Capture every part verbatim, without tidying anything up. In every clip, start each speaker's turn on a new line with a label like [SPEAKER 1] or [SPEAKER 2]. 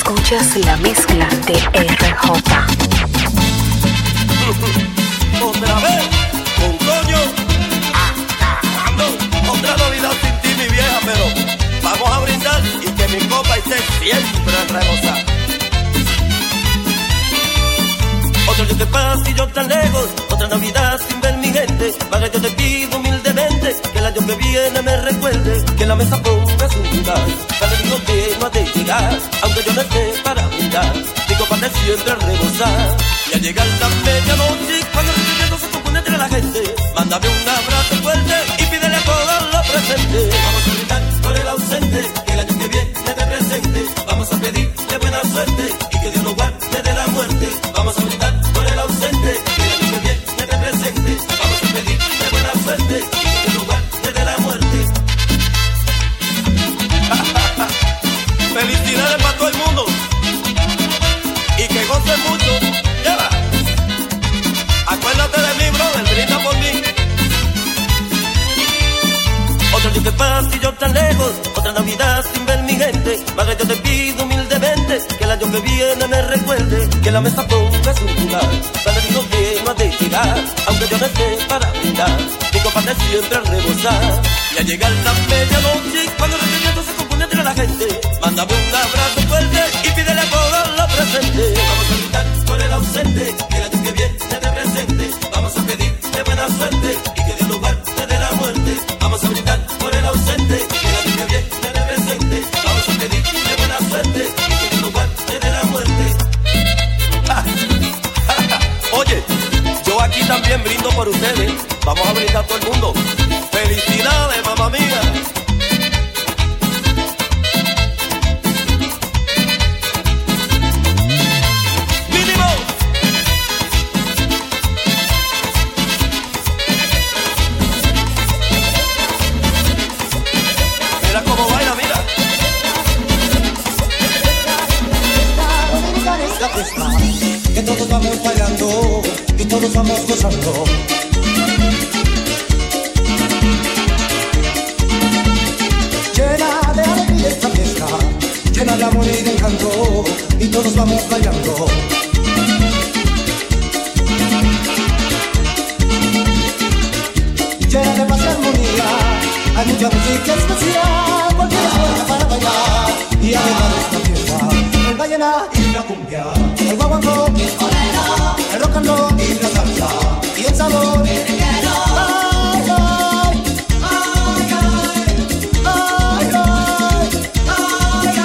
[SPEAKER 1] Escuchas la mezcla de R J.
[SPEAKER 2] Otra vez, con coño, acabando. Otra Navidad sin ti, mi vieja, pero vamos a brindar y que mi copa esté siempre a rebosar. Otro día que pasa y yo tan lejos, otra Navidad sin ver mi gente. Para yo te pido humildemente que el año que viene me recuerde, que la mesa ponga su lugar. Ya le digo que no ha de llegar, aunque yo no esté para brindar, mi copa de siempre a rebosar. Y al llegar la medianoche, cuando el requeriendo se compone entre la gente, mándame un abrazo fuerte y pídele a todos los presentes. Vamos a brindar por el ausente, que el año que viene te presente. Vamos a pedirle buena suerte y que Dios nos guarde de la muerte. Vamos a brindar por el ausente, que el año que viene te presente. Vamos a pedirle buena suerte y que Dios nos guarde de la muerte. Felicidades para todo el mundo y que gocen mucho. Lleva. Acuérdate de mí, brother, brinda por mí. Otro día que pasa y yo tan lejos, otra Navidad sin ver mi gente. Madre, yo te pido humildemente que el año que viene me recuerde, que la mesa ponga su lugar. Pero digo que no ha de llegar, aunque yo no esté para brindar, mi copa de siempre a rebosar. Y al llegar la medianoche, cuando el requerimiento se compone entre la gente, mándame un abrazo fuerte y pídele a todos los presentes. Vamos a brindar por el ausente, que el año que viene te presente. Vamos a pedirle buena suerte y que Dios nos guarde de la muerte. Vamos a brindar por el ausente, que el año que viene te presente. Vamos a pedirle buena suerte y que Dios nos guarde de la muerte. Oye, yo aquí también brindo por ustedes. Vamos a brindar todo el mundo. Felicidades, mamá mía.
[SPEAKER 3] Que todos vamos bailando y todos vamos gozando. Llena de alegría esta fiesta, llena de amor y de encanto, y todos vamos bailando. Llena de paz y armonía, hay mucha música especial, cualquier escuela para bailar y alegrar esta fiesta. El vallenato y la cumbia, el guaguancó y el bolero, el rock and roll y la salsa, y el sabor y el reguero. Ay, ay, ay, ay, ay, ay,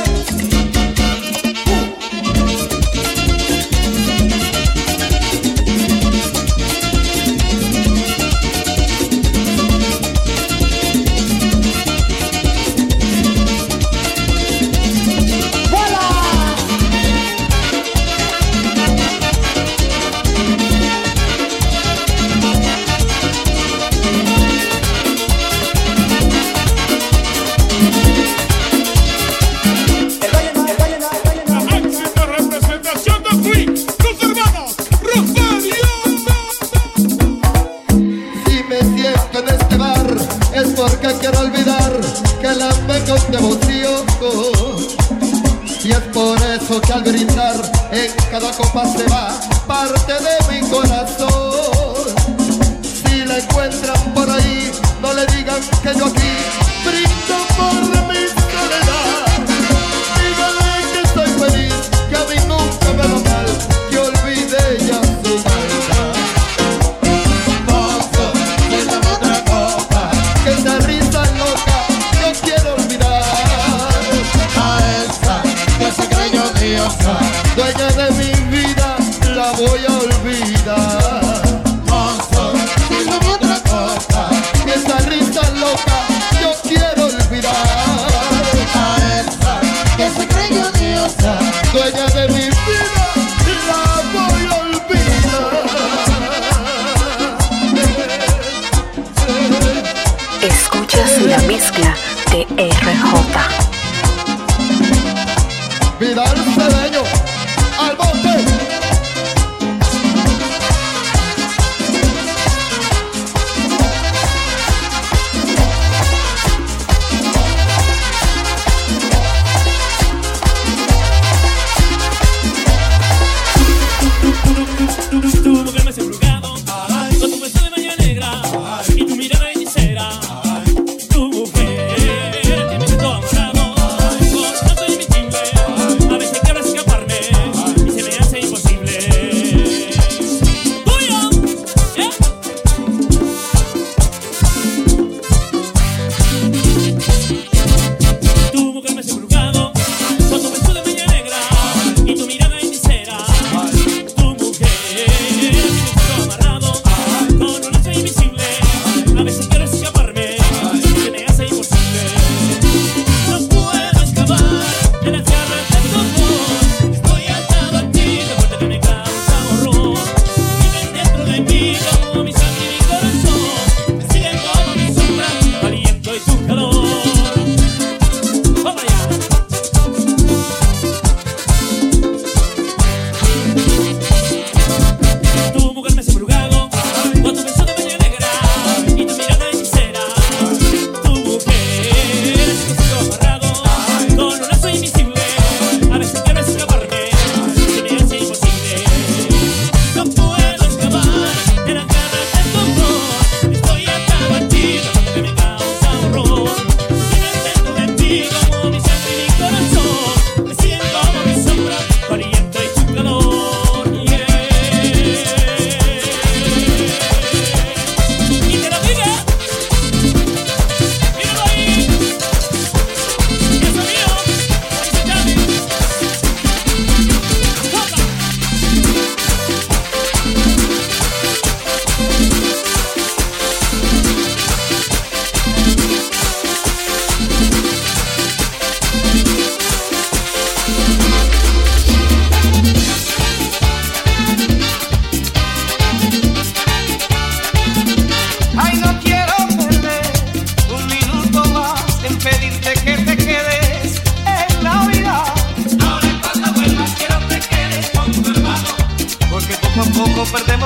[SPEAKER 4] porque quiero olvidar que la amé con devoción. Y es por eso que al brindar en cada copa se va parte de mi corazón. Si la encuentran por ahí, no le digan que yo aquí brindo por mi soledad. Díganle que estoy feliz, que a mí nunca me va mal, que olvide ya su maldad. Mozo, brindame otra copa, que esa risa loca yo quiero olvidar. A esa que se creyó diosa, dueña de mi vida, la voy a olvidar. Mozo, brindame otra copa, que esa risa loca yo quiero olvidar. A esa que se creyó diosa, dueña de mi vida, la voy a olvidar.
[SPEAKER 1] Escuchas la mezcla de R J.
[SPEAKER 4] Vidal Cedeño, al bote.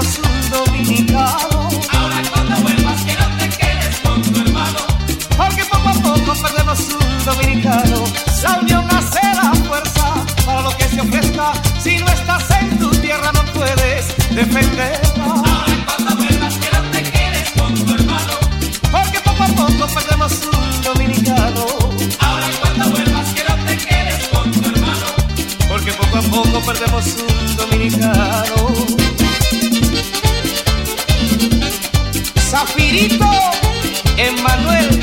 [SPEAKER 5] azul dominicano.
[SPEAKER 6] Ahora cuando vuelvas que no te quedes con tu hermano,
[SPEAKER 5] porque poco a poco perdemos un dominicano. La unión hace la fuerza para lo que se ofrezca. Si no estás en tu tierra no puedes defenderla.
[SPEAKER 6] Ahora cuando vuelvas que no te quedes con tu hermano,
[SPEAKER 5] porque poco a poco perdemos un dominicano.
[SPEAKER 6] Ahora cuando vuelvas que no te quedes con tu hermano,
[SPEAKER 5] porque poco a poco perdemos un dominicano. Zafirito Emmanuel.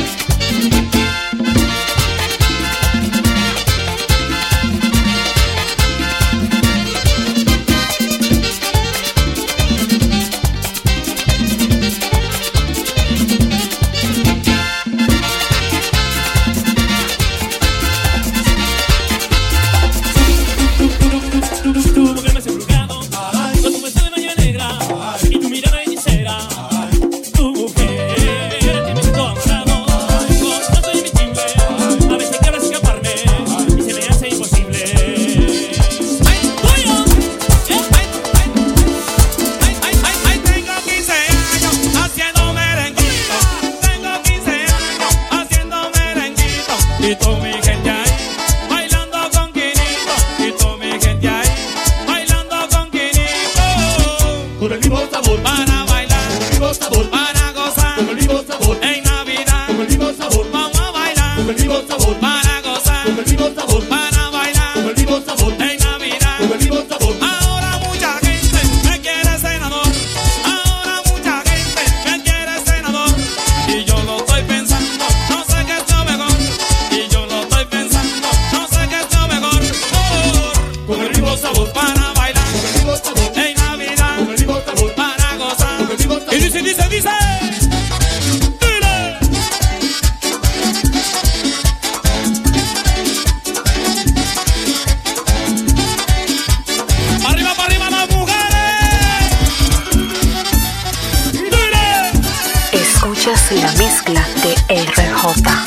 [SPEAKER 1] La mezcla de R J.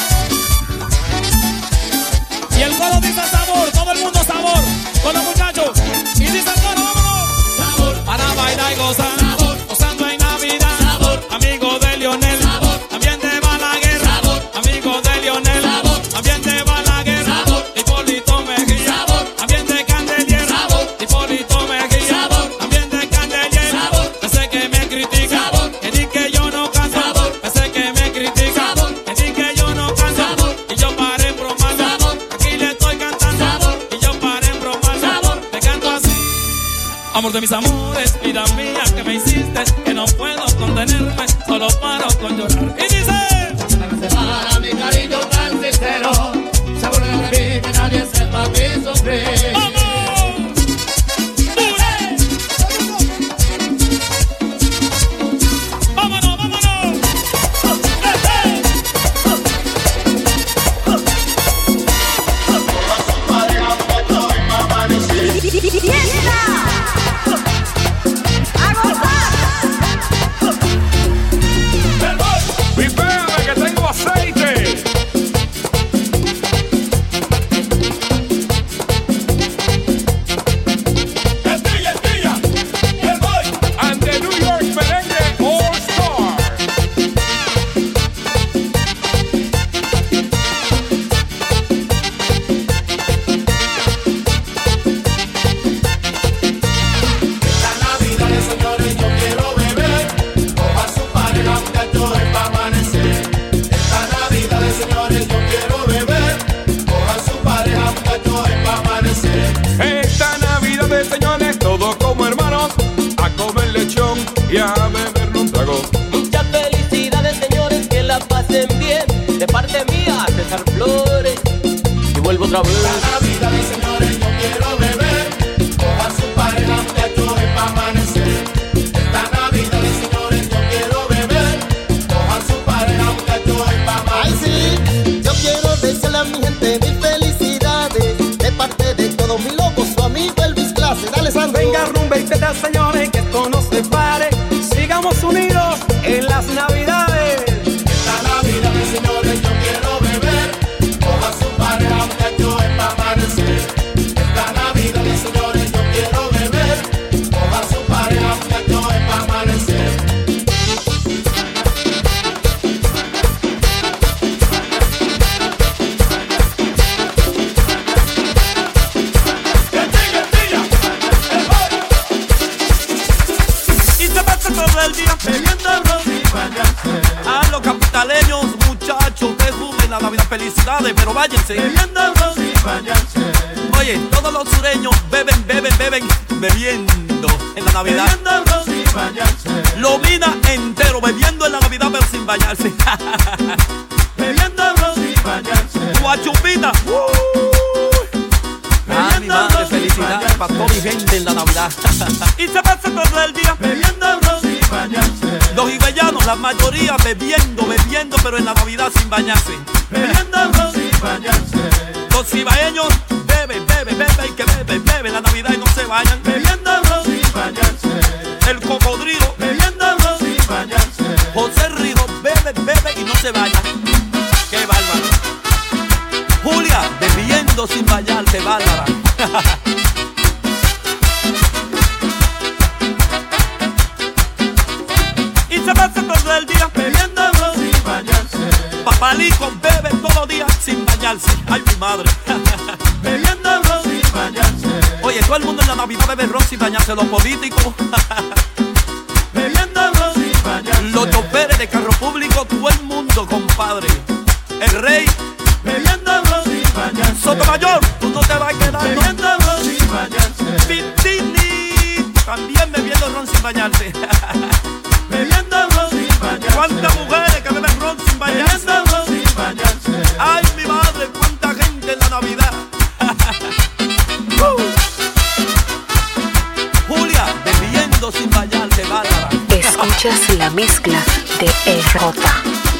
[SPEAKER 7] Y el coro dice sabor, todo el mundo sabor, con los muchachos. Y dice el coro, vámonos. Sabor, para bailar y gozar, sabor, gozando en Navidad. Sabor, amigo de Lionel, sabor, también de Balaguer. Sabor, amigo de Lionel, sabor, también de Balaguer. Sabor, Hipólito Mejía, sabor, también de Candelier. Sabor, Hipólito Mejía, sabor, también de Candelier. Sabor, ese que me critica, sabor, que di que yo no canto. Sabor, ese que me critica, sabor, que di que yo no canto. Sabor, y yo paré en bromar, sabor, aquí le estoy cantando. Sabor, y yo paré en bromar, sabor, te canto así. Amor de mis amores, vida mía que me hiciste, que no puedo contenerme, solo paro con llorar. Y dice:
[SPEAKER 4] para mi cariño tan sincero, sabor de mí que nadie sepa mi sufrir.
[SPEAKER 7] ¡Vamos! ¡Vámonos, vámonos!
[SPEAKER 8] ¡Vipéame que tengo aceite! And the New York Merengue All Star.
[SPEAKER 4] Esta Navidad, señores, yo quiero beber. Coja su pareja, muchachos, es pa' amanecer. Esta Navidad, señores, yo quiero beber. Coja su pareja, muchachos, es pa' amanecer.
[SPEAKER 8] Esta Navidad de señores, todos como hermanos, a comer lechón y a beber un trago.
[SPEAKER 2] Muchas felicidades, señores, que la pasen bien. De parte mía, César Flores. Y vuelvo otra vez.
[SPEAKER 4] Esta Navidad, señores, yo quiero beber. Coja su pareja, muchachos, es pa' amanecer. Esta Navidad, señores, yo quiero beber. Coja su pareja, muchachos, es pa' amanecer.
[SPEAKER 9] Ay, sí, yo quiero desearle a mi gente mil felicidades. De parte de todos mis locos, su amigo Elvis Clase. Dale, Sandro.
[SPEAKER 5] Venga, rumba y teta, señores, que esto no se pare. Sigamos unidos en las Navidades.
[SPEAKER 4] Esta Navidad, señores, yo quiero beber. Coja su pareja, muchachos, es pa' amanecer. Esta Navidad, señores, yo quiero beber. Coja su pareja, muchachos, es pa' amanecer.
[SPEAKER 9] bebiendo ron sin bañarse.
[SPEAKER 2] A los capitaleños, muchachos, ustedes fumen la Navidad, felicidades, pero váyanse.
[SPEAKER 9] Bebiendo ron sin bañarse.
[SPEAKER 2] Oye, todos los sureños beben, beben, beben, bebiendo en la Navidad.
[SPEAKER 9] Bebiendo ron sin bañarse.
[SPEAKER 2] Lo mina entero, bebiendo en la Navidad, pero sin bañarse.
[SPEAKER 9] Bebiendo ron sin bañarse.
[SPEAKER 2] Guachupita. Ah, mi madre, felicidades para toda mi gente en la Navidad. Y se pasa todo el día
[SPEAKER 9] bebiendo ron sin bañarse.
[SPEAKER 2] Los higueyanos, la mayoría bebiendo, bebiendo, pero en la Navidad sin bañarse.
[SPEAKER 9] Bebiendo ron sin bañarse.
[SPEAKER 2] Los cibaeños beben, beben, beben, y que beben, beben en la Navidad y no se bañan.
[SPEAKER 9] Bebiendo ron sin bañarse.
[SPEAKER 2] El cocodrilo
[SPEAKER 9] bebiendo ron sin bañarse.
[SPEAKER 2] José Rijo bebe, bebe y no se baña. Qué bárbaro. Julia bebiendo sin bañarse, bárbara. Y se pasa todo el día
[SPEAKER 9] bebiendo ron sin bañarse.
[SPEAKER 2] Papalico bebe todos los días sin bañarse. Ay, mi madre.
[SPEAKER 9] Bebiendo ron sin bañarse.
[SPEAKER 2] Oye, todo el mundo en la Navidad bebe ron sin bañarse. Los políticos
[SPEAKER 9] bebiendo ron sin bañarse.
[SPEAKER 2] Los choferes de carro público, todo el mundo, compadre. El rey
[SPEAKER 9] bebiendo ron sin bañarse.
[SPEAKER 2] Sotomayor, tú no te vas a quedar.
[SPEAKER 9] Bebiendo ron sin bañarse.
[SPEAKER 2] Pitini también bebiendo ron sin bañarse.
[SPEAKER 9] Bebiendo ron sin bañarse.
[SPEAKER 2] ¿Cuántas mujeres que beben ron sin bañarse?
[SPEAKER 9] Bebiendo ron sin bañarse.
[SPEAKER 2] Ay, mi madre, cuánta gente en la Navidad. uh. Julia bebiendo sin bañarse, bárbara.
[SPEAKER 1] Escuchas la mezcla de R J.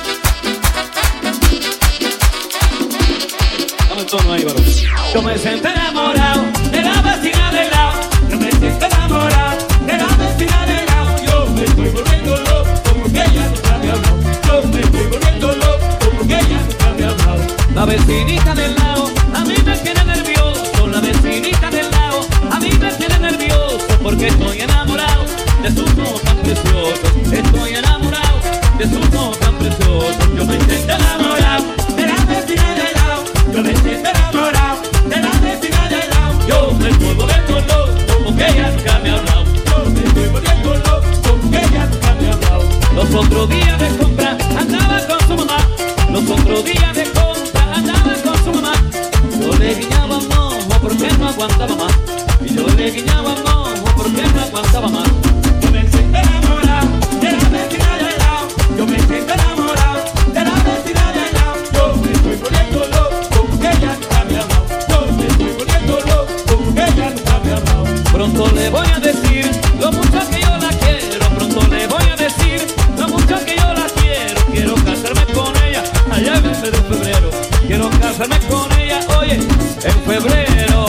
[SPEAKER 6] Yo me siento enamorado de la vecina del lado. Yo me siento enamorado de la vecina del lado. Yo me estoy volviendo loco porque ella nunca me ha hablado. Yo me estoy volviendo loco porque ella nunca me ha hablado. La vecinita del lado a mí me tiene nervioso. La vecinita del lado a mí me tiene nervioso porque estoy enamorado de sus ojos tan preciosos. Estoy enamorado de sus ojos tan preciosos. Yo me siento enamorado de la vecina del lado. Yo me siento enamorado de la vecina del lado. Yo me estoy volviendo loco porque ella nunca me ha hablado. Yo me estoy volviendo loco porque ella nunca me ha hablado. Los otros días de compra andaba con su mamá. Los otros días de compra andaba con su mamá. Yo le guiñaba un ojo porque no aguantaba más. Y yo le guiñaba un ojo porque no aguantaba más. Yo me siento enamorado de la vecina del lado. Yo me siento enamorado de la vecina del lado. Yo me estoy volviendo loco porque ella nunca me ha hablado. Yo me estoy volviendo loco porque ella nunca me ha hablado. Pronto le voy a decir lo mucho que yo la quiero. Pronto le voy a decir lo mucho que yo la quiero. Quiero casarme con ella allá en el mes de febrero. Quiero casarme con ella, oye, en febrero.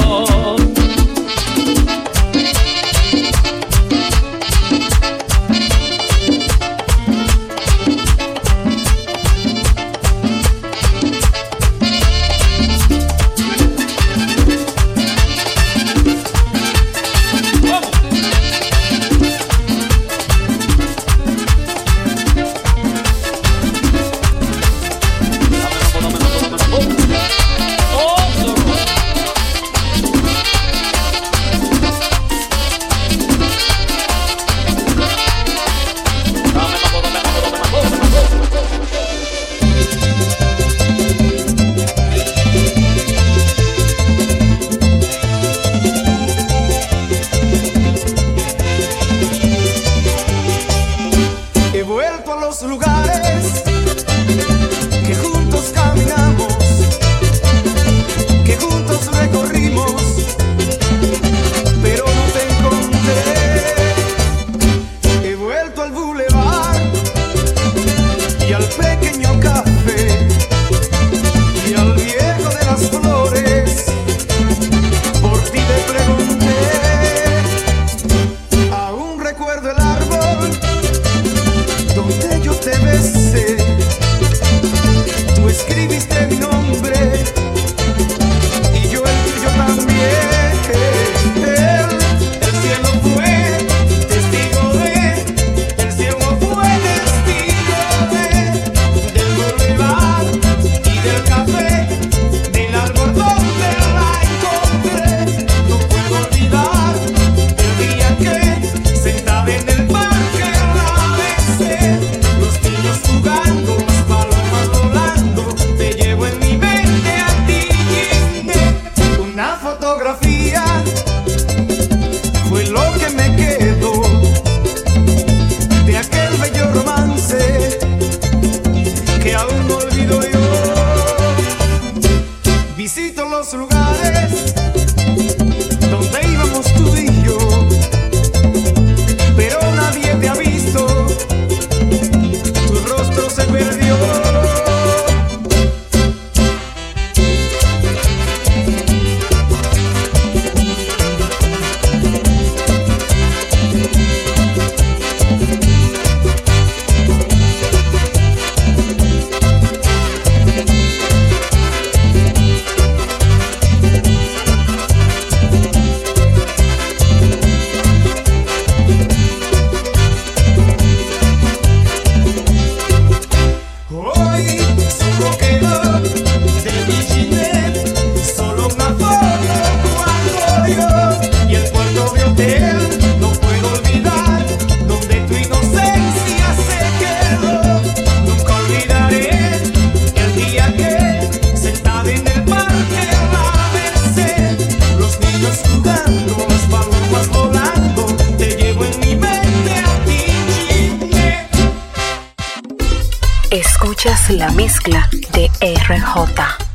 [SPEAKER 5] cantando, las palomas volando, te llevo en mi mente a ti, Chile.
[SPEAKER 1] Escuchas la mezcla de R J.